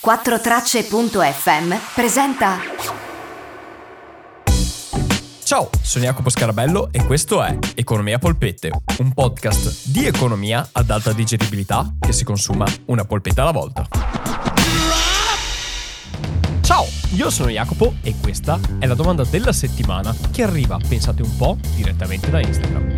4tracce.fm presenta. Ciao, sono Jacopo Scarabello e questo è Economia Polpette, un podcast di economia ad alta digeribilità che si consuma una polpetta alla volta. Ciao, io sono Jacopo e questa è la domanda della settimana che arriva, pensate un po', direttamente da Instagram.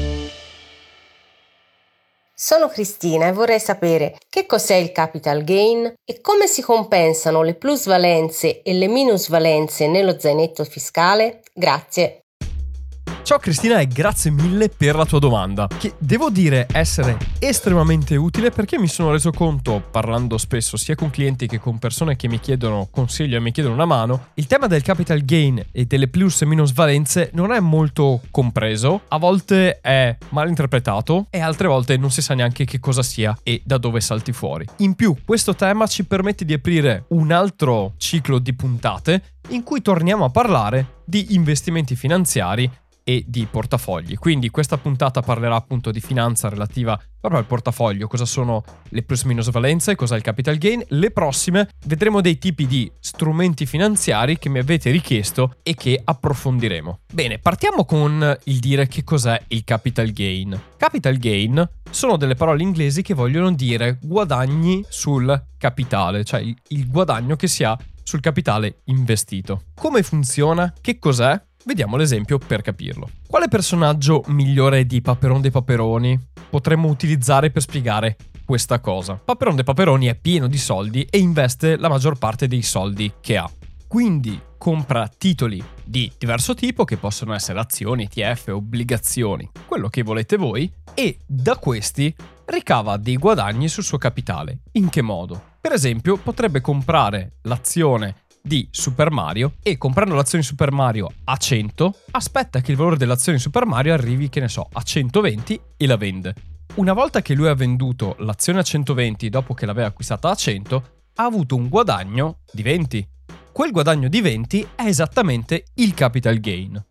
Sono Cristina e vorrei sapere che cos'è il capital gain e come si compensano le plusvalenze e le minusvalenze nello zainetto fiscale? Grazie. Ciao Cristina e grazie mille per la tua domanda, che devo dire essere estremamente utile perché mi sono reso conto, parlando spesso sia con clienti che con persone che mi chiedono consiglio e mi chiedono una mano, il tema del capital gain e delle plus e minusvalenze non è molto compreso, a volte è mal interpretato e altre volte non si sa neanche che cosa sia e da dove salti fuori. In più, questo tema ci permette di aprire un altro ciclo di puntate in cui torniamo a parlare di investimenti finanziari e di portafogli. Quindi questa puntata parlerà appunto di finanza relativa proprio al portafoglio, cosa sono le plus minus valenze, cos'è il capital gain. Le prossime vedremo dei tipi di strumenti finanziari che mi avete richiesto e che approfondiremo. Bene, partiamo con il dire che cos'è il capital gain. Capital gain sono delle parole inglesi che vogliono dire guadagni sul capitale, cioè il guadagno che si ha sul capitale investito. Come funziona? Che cos'è? Vediamo l'esempio per capirlo. Quale personaggio migliore di Paperon dei Paperoni potremmo utilizzare per spiegare questa cosa? Paperon dei Paperoni è pieno di soldi e investe la maggior parte dei soldi che ha. Quindi compra titoli di diverso tipo che possono essere azioni, ETF, obbligazioni, quello che volete voi, e da questi ricava dei guadagni sul suo capitale. In che modo? Per esempio, potrebbe comprare l'azione di Super Mario e comprando l'azione di Super Mario a 100 aspetta che il valore dell'azione di Super Mario arrivi, che ne so, a 120 e la vende. Una volta che lui ha venduto l'azione a 120 dopo che l'aveva acquistata a 100 ha avuto un guadagno di 20. Quel guadagno di 20 è esattamente il capital gain,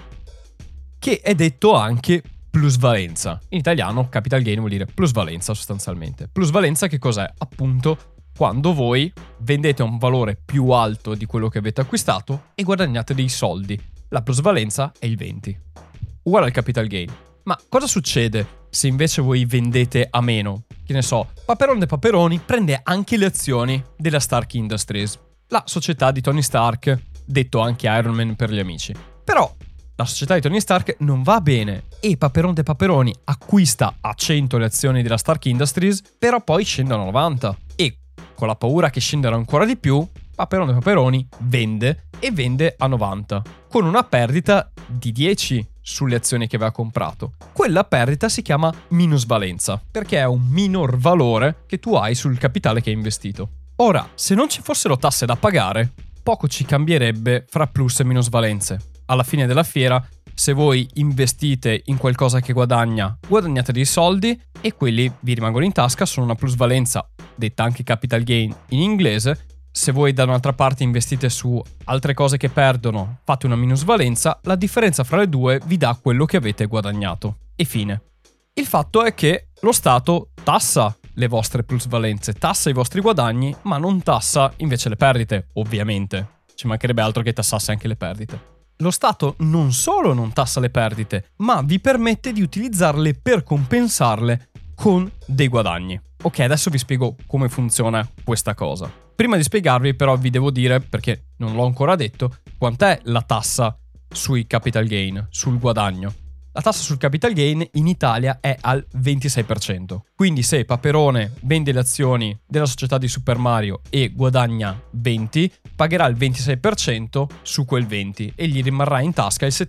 che è detto anche plusvalenza. In italiano capital gain vuol dire plusvalenza sostanzialmente. Plusvalenza che cos'è? Appunto quando voi vendete a un valore più alto di quello che avete acquistato e guadagnate dei soldi. La plusvalenza è il 20. Uguale al capital gain. Ma cosa succede se invece voi vendete a meno? Che ne so, Paperon dei Paperoni prende anche le azioni della Stark Industries, la società di Tony Stark, detto anche Iron Man per gli amici. Però la società di Tony Stark non va bene e Paperon dei Paperoni acquista a 100 le azioni della Stark Industries, però poi scendono a 90 e con la paura che scendano ancora di più, Paperon dei Paperoni vende e vende a 90, con una perdita di 10 sulle azioni che aveva comprato. Quella perdita si chiama minusvalenza, perché è un minor valore che tu hai sul capitale che hai investito. Ora, se non ci fossero tasse da pagare, poco ci cambierebbe fra plus e minusvalenze. Alla fine della fiera, se voi investite in qualcosa che guadagnate dei soldi e quelli vi rimangono in tasca, sono una plusvalenza, detta anche capital gain in inglese. Se voi da un'altra parte investite su altre cose che perdono, fate una minusvalenza, la differenza fra le due vi dà quello che avete guadagnato. E fine. Il fatto è che lo Stato tassa le vostre plusvalenze, tassa i vostri guadagni, ma non tassa invece le perdite, ovviamente. Ci mancherebbe altro che tassasse anche le perdite. Lo Stato non solo non tassa le perdite, ma vi permette di utilizzarle per compensarle con dei guadagni. Ok, adesso vi spiego come funziona questa cosa. Prima di spiegarvi però vi devo dire, perché non l'ho ancora detto, quant'è la tassa sui capital gain, sul guadagno. La tassa sul capital gain in Italia è al 26%. Quindi se Paperone vende le azioni della società di Super Mario e guadagna 20, pagherà il 26% su quel 20 e gli rimarrà in tasca il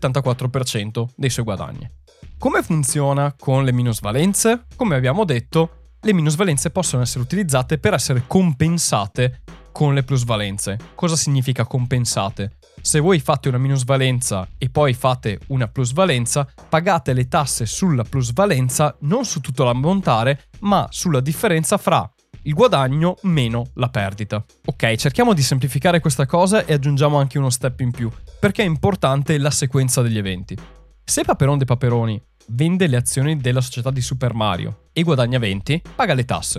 74% dei suoi guadagni. Come funziona con le minusvalenze? Come abbiamo detto, le minusvalenze possono essere utilizzate per essere compensate con le plusvalenze. Cosa significa compensate? Se voi fate una minusvalenza e poi fate una plusvalenza, pagate le tasse sulla plusvalenza non su tutto l'ammontare, ma sulla differenza fra il guadagno meno la perdita. Ok, cerchiamo di semplificare questa cosa e aggiungiamo anche uno step in più, perché è importante la sequenza degli eventi. Se Paperon dei Paperoni vende le azioni della società di Super Mario e guadagna 20, paga le tasse.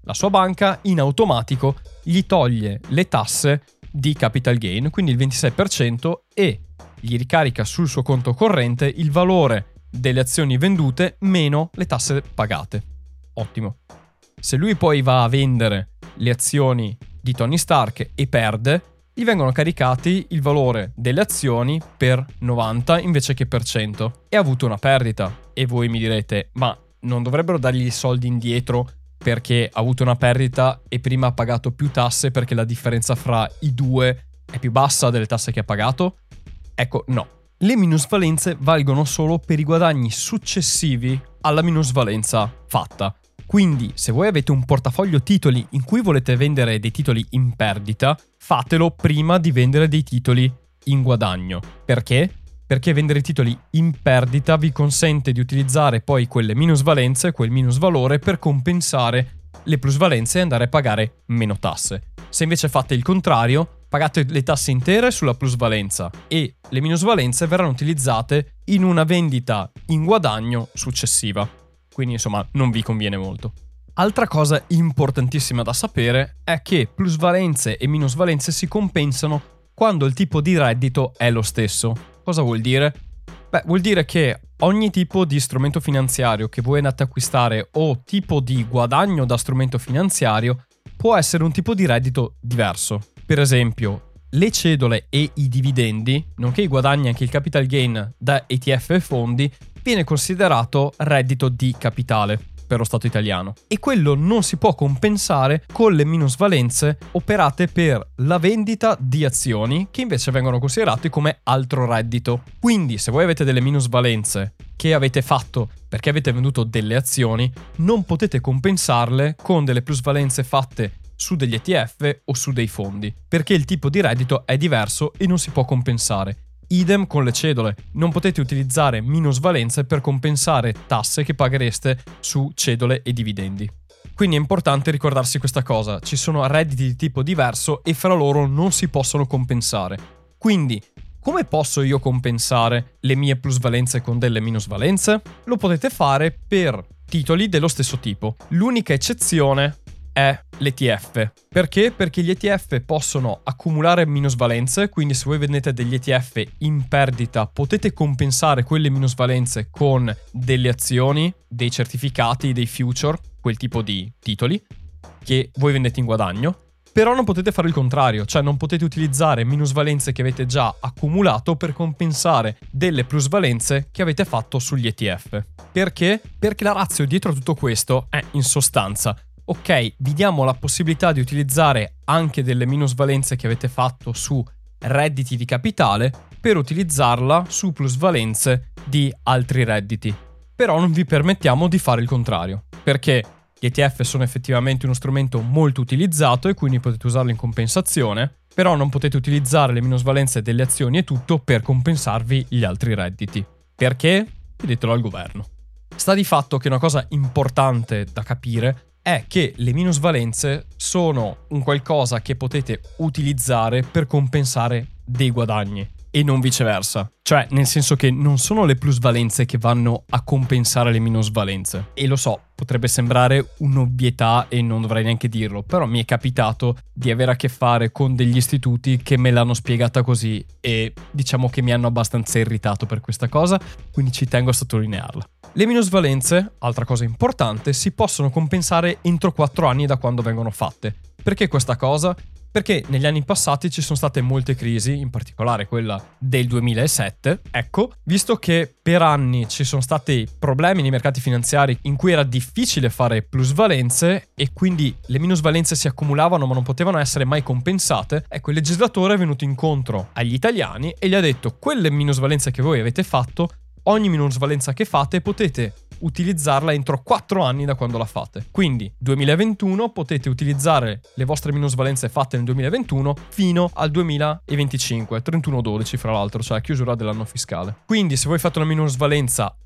la sua banca in automatico gli toglie le tasse di capital gain, quindi il 26%, e gli ricarica sul suo conto corrente il valore delle azioni vendute meno le tasse pagate. Ottimo. Se lui poi va a vendere le azioni di Tony Stark e perde, gli vengono caricati il valore delle azioni per 90 invece che per 100 e ha avuto una perdita. E voi mi direte, ma non dovrebbero dargli i soldi indietro perché ha avuto una perdita e prima ha pagato più tasse perché la differenza fra i due è più bassa delle tasse che ha pagato? Ecco, no. Le minusvalenze valgono solo per i guadagni successivi alla minusvalenza fatta. Quindi, se voi avete un portafoglio titoli in cui volete vendere dei titoli in perdita, fatelo prima di vendere dei titoli in guadagno. Perché? Perché vendere titoli in perdita vi consente di utilizzare poi quelle minusvalenze, quel minusvalore, per compensare le plusvalenze e andare a pagare meno tasse. Se invece fate il contrario, pagate le tasse intere sulla plusvalenza e le minusvalenze verranno utilizzate in una vendita in guadagno successiva. Quindi insomma non vi conviene molto. Altra cosa importantissima da sapere è che plusvalenze e minusvalenze si compensano quando il tipo di reddito è lo stesso. Cosa vuol dire? Beh, vuol dire che ogni tipo di strumento finanziario che voi andate a acquistare o tipo di guadagno da strumento finanziario può essere un tipo di reddito diverso. Per esempio, le cedole e i dividendi, nonché i guadagni e anche il capital gain da ETF e fondi, viene considerato reddito di capitale per lo Stato italiano e quello non si può compensare con le minusvalenze operate per la vendita di azioni che invece vengono considerate come altro reddito. Quindi se voi avete delle minusvalenze che avete fatto perché avete venduto delle azioni, non potete compensarle con delle plusvalenze fatte su degli ETF o su dei fondi, perché il tipo di reddito è diverso e non si può compensare. Idem con le cedole, non potete utilizzare minusvalenze per compensare tasse che paghereste su cedole e dividendi. Quindi è importante ricordarsi questa cosa, ci sono redditi di tipo diverso e fra loro non si possono compensare. Quindi, come posso io compensare le mie plusvalenze con delle minusvalenze? Lo potete fare per titoli dello stesso tipo. L'unica eccezione è l'ETF. Perché? Perché gli ETF possono accumulare minusvalenze, quindi se voi vendete degli ETF in perdita potete compensare quelle minusvalenze con delle azioni, dei certificati, dei future, quel tipo di titoli che voi vendete in guadagno. Però non potete fare il contrario, cioè non potete utilizzare minusvalenze che avete già accumulato per compensare delle plusvalenze che avete fatto sugli ETF. Perché? Perché la ratio dietro a tutto questo è in sostanza: ok, vi diamo la possibilità di utilizzare anche delle minusvalenze che avete fatto su redditi di capitale per utilizzarla su plusvalenze di altri redditi. Però non vi permettiamo di fare il contrario, perché gli ETF sono effettivamente uno strumento molto utilizzato e quindi potete usarlo in compensazione, però non potete utilizzare le minusvalenze delle azioni e tutto per compensarvi gli altri redditi. Perché? Chiedetelo al governo. Sta di fatto che una cosa importante da capire è che le minusvalenze sono un qualcosa che potete utilizzare per compensare dei guadagni e non viceversa. Cioè, nel senso che non sono le plusvalenze che vanno a compensare le minusvalenze. E lo so, potrebbe sembrare un'ovvietà e non dovrei neanche dirlo, però mi è capitato di avere a che fare con degli istituti che me l'hanno spiegata così e diciamo che mi hanno abbastanza irritato per questa cosa, quindi ci tengo a sottolinearla. Le minusvalenze, altra cosa importante, si possono compensare entro 4 anni da quando vengono fatte. Perché questa cosa? Perché negli anni passati ci sono state molte crisi, in particolare quella del 2007, ecco, visto che per anni ci sono stati problemi nei mercati finanziari in cui era difficile fare plusvalenze e quindi le minusvalenze si accumulavano ma non potevano essere mai compensate, ecco, il legislatore è venuto incontro agli italiani e gli ha detto: quelle minusvalenze che voi avete fatto, ogni minusvalenza che fate potete utilizzarla entro 4 anni da quando la fate. Quindi 2021 potete utilizzare le vostre minusvalenze fatte nel 2021 fino al 2025, 31/12 fra l'altro, cioè la chiusura dell'anno fiscale. Quindi se voi fate una minusvalenza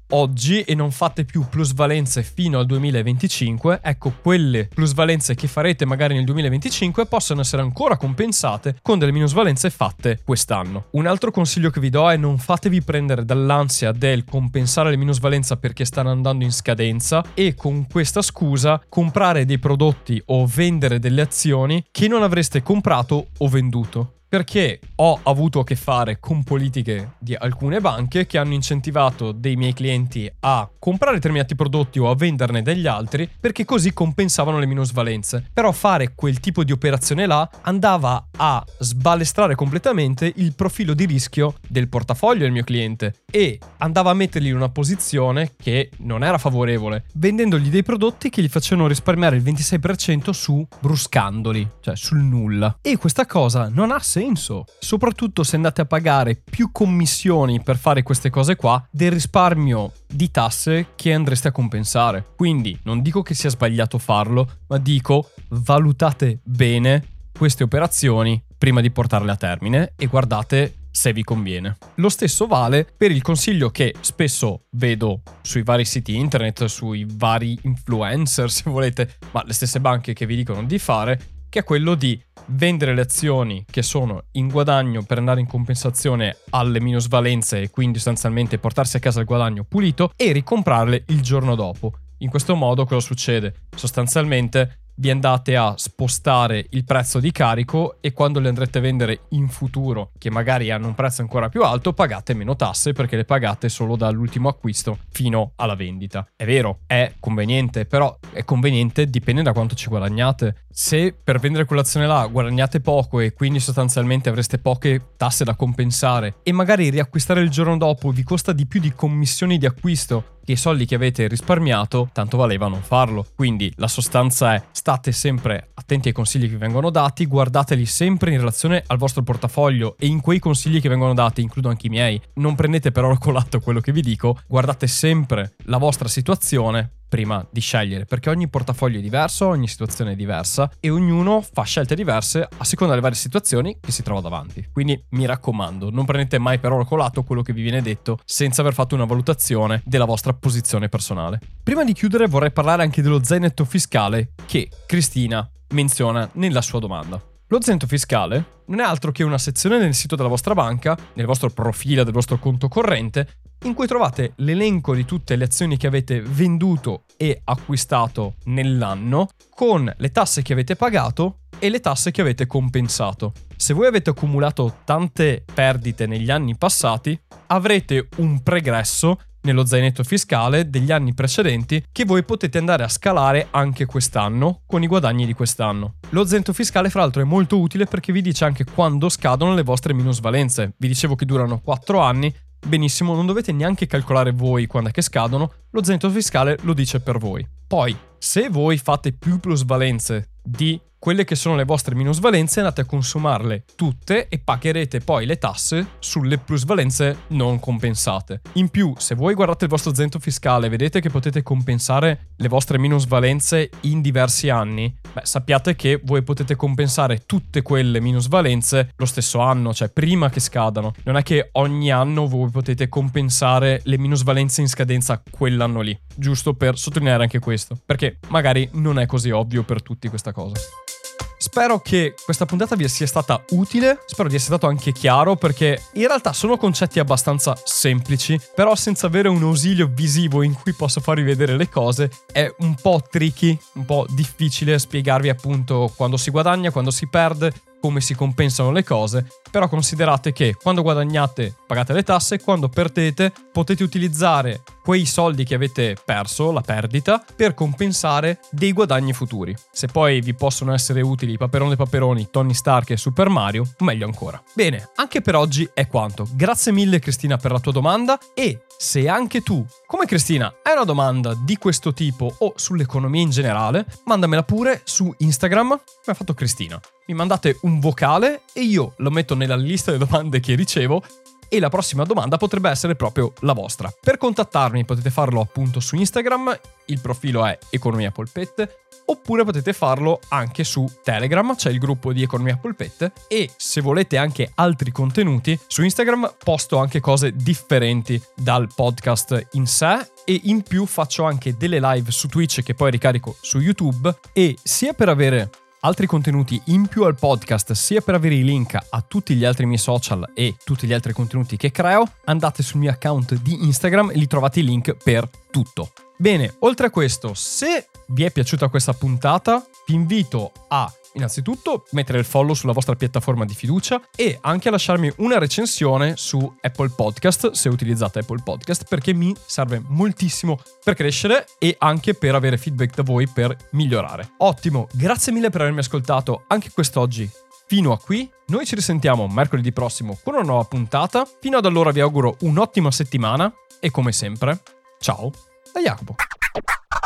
oggi e non fate più plusvalenze fino al 2025, ecco, quelle plusvalenze che farete magari nel 2025 possono essere ancora compensate con delle minusvalenze fatte quest'anno. Un altro consiglio che vi do è: non fatevi prendere dall'ansia del compensare le minusvalenze perché stanno andando in scadenza e con questa scusa comprare dei prodotti o vendere delle azioni che non avreste comprato o venduto. Perché ho avuto a che fare con politiche di alcune banche che hanno incentivato dei miei clienti a comprare determinati prodotti o a venderne degli altri perché così compensavano le minusvalenze. Però fare quel tipo di operazione là andava a sbalestrare completamente il profilo di rischio del portafoglio del mio cliente e andava a metterli in una posizione che non era favorevole, vendendogli dei prodotti che gli facevano risparmiare il 26% su bruscandoli, cioè sul nulla. E questa cosa non ha senso, soprattutto se andate a pagare più commissioni per fare queste cose qua del risparmio di tasse che andreste a compensare. Quindi non dico che sia sbagliato farlo, ma dico valutate bene queste operazioni prima di portarle a termine e guardate se vi conviene. Lo stesso vale per il consiglio che spesso vedo sui vari siti internet, sui vari influencer se volete, ma le stesse banche che vi dicono di fare, che è quello di vendere le azioni che sono in guadagno per andare in compensazione alle minusvalenze e quindi sostanzialmente portarsi a casa il guadagno pulito e ricomprarle il giorno dopo. In questo modo cosa succede? Sostanzialmente vi andate a spostare il prezzo di carico e quando le andrete a vendere in futuro, che magari hanno un prezzo ancora più alto, pagate meno tasse perché le pagate solo dall'ultimo acquisto fino alla vendita. È vero, è conveniente, però è conveniente dipende da quanto ci guadagnate. Se per vendere quell'azione là guadagnate poco e quindi sostanzialmente avreste poche tasse da compensare e magari riacquistare il giorno dopo vi costa di più di commissioni di acquisto che i soldi che avete risparmiato, tanto valeva non farlo. Quindi la sostanza è: state sempre attenti ai consigli che vi vengono dati, guardateli sempre in relazione al vostro portafoglio e in quei consigli che vengono dati, includo anche i miei, non prendete per oro colato quello che vi dico, guardate sempre la vostra situazione prima di scegliere, perché ogni portafoglio è diverso, ogni situazione è diversa e ognuno fa scelte diverse a seconda delle varie situazioni che si trova davanti. Quindi mi raccomando, non prendete mai per oro colato quello che vi viene detto senza aver fatto una valutazione della vostra posizione personale. Prima di chiudere vorrei parlare anche dello zainetto fiscale che Cristina menziona nella sua domanda. Lo zainetto fiscale non è altro che una sezione nel sito della vostra banca, nel vostro profilo del vostro conto corrente, in cui trovate l'elenco di tutte le azioni che avete venduto e acquistato nell'anno, con le tasse che avete pagato e le tasse che avete compensato. Se voi avete accumulato tante perdite negli anni passati, avrete un pregresso nello zainetto fiscale degli anni precedenti che voi potete andare a scalare anche quest'anno con i guadagni di quest'anno. Lo zainetto fiscale fra l'altro è molto utile perché vi dice anche quando scadono le vostre minusvalenze. Vi dicevo che durano 4 anni, benissimo, non dovete neanche calcolare voi quando è che scadono, lo zainetto fiscale lo dice per voi. Poi, se voi fate più plusvalenze di quelle che sono le vostre minusvalenze, andate a consumarle tutte e pagherete poi le tasse sulle plusvalenze non compensate. In più, se voi guardate il vostro zainetto fiscale e vedete che potete compensare le vostre minusvalenze in diversi anni, sappiate che voi potete compensare tutte quelle minusvalenze lo stesso anno, cioè prima che scadano. Non è che ogni anno voi potete compensare le minusvalenze in scadenza quell'anno lì, giusto per sottolineare anche questo, perché magari non è così ovvio per tutti questa cosa. Spero che questa puntata vi sia stata utile, spero di essere stato anche chiaro, perché in realtà sono concetti abbastanza semplici, però senza avere un ausilio visivo in cui posso farvi vedere le cose è un po' tricky, un po' difficile spiegarvi appunto quando si guadagna, quando si perde, come si compensano le cose, però considerate che quando guadagnate pagate le tasse, quando perdete potete utilizzare quei soldi che avete perso, la perdita, per compensare dei guadagni futuri. Se poi vi possono essere utili Paperone dei Paperoni, Tony Stark e Super Mario, meglio ancora. Bene, anche per oggi è quanto. Grazie mille Cristina per la tua domanda e se anche tu, come Cristina, hai una domanda di questo tipo o sull'economia in generale, mandamela pure su Instagram, come ha fatto Cristina. Mi mandate un vocale e io lo metto nella lista delle domande che ricevo e la prossima domanda potrebbe essere proprio la vostra. Per contattarmi potete farlo appunto su Instagram, il profilo è Economia Polpette, oppure potete farlo anche su Telegram, c'è il gruppo di Economia Polpette, e se volete anche altri contenuti, su Instagram posto anche cose differenti dal podcast in sé, e in più faccio anche delle live su Twitch che poi ricarico su YouTube, e sia per avere altri contenuti in più al podcast, sia per avere i link a tutti gli altri miei social e tutti gli altri contenuti che creo, andate sul mio account di Instagram e lì trovate i link per tutto. Bene, oltre a questo, se vi è piaciuta questa puntata, vi invito a innanzitutto mettere il follow sulla vostra piattaforma di fiducia e anche a lasciarmi una recensione su Apple Podcast, se utilizzate Apple Podcast, perché mi serve moltissimo per crescere e anche per avere feedback da voi per migliorare. Ottimo, grazie mille per avermi ascoltato anche quest'oggi fino a qui. Noi ci risentiamo mercoledì prossimo con una nuova puntata. Fino ad allora vi auguro un'ottima settimana e come sempre, ciao da Jacopo.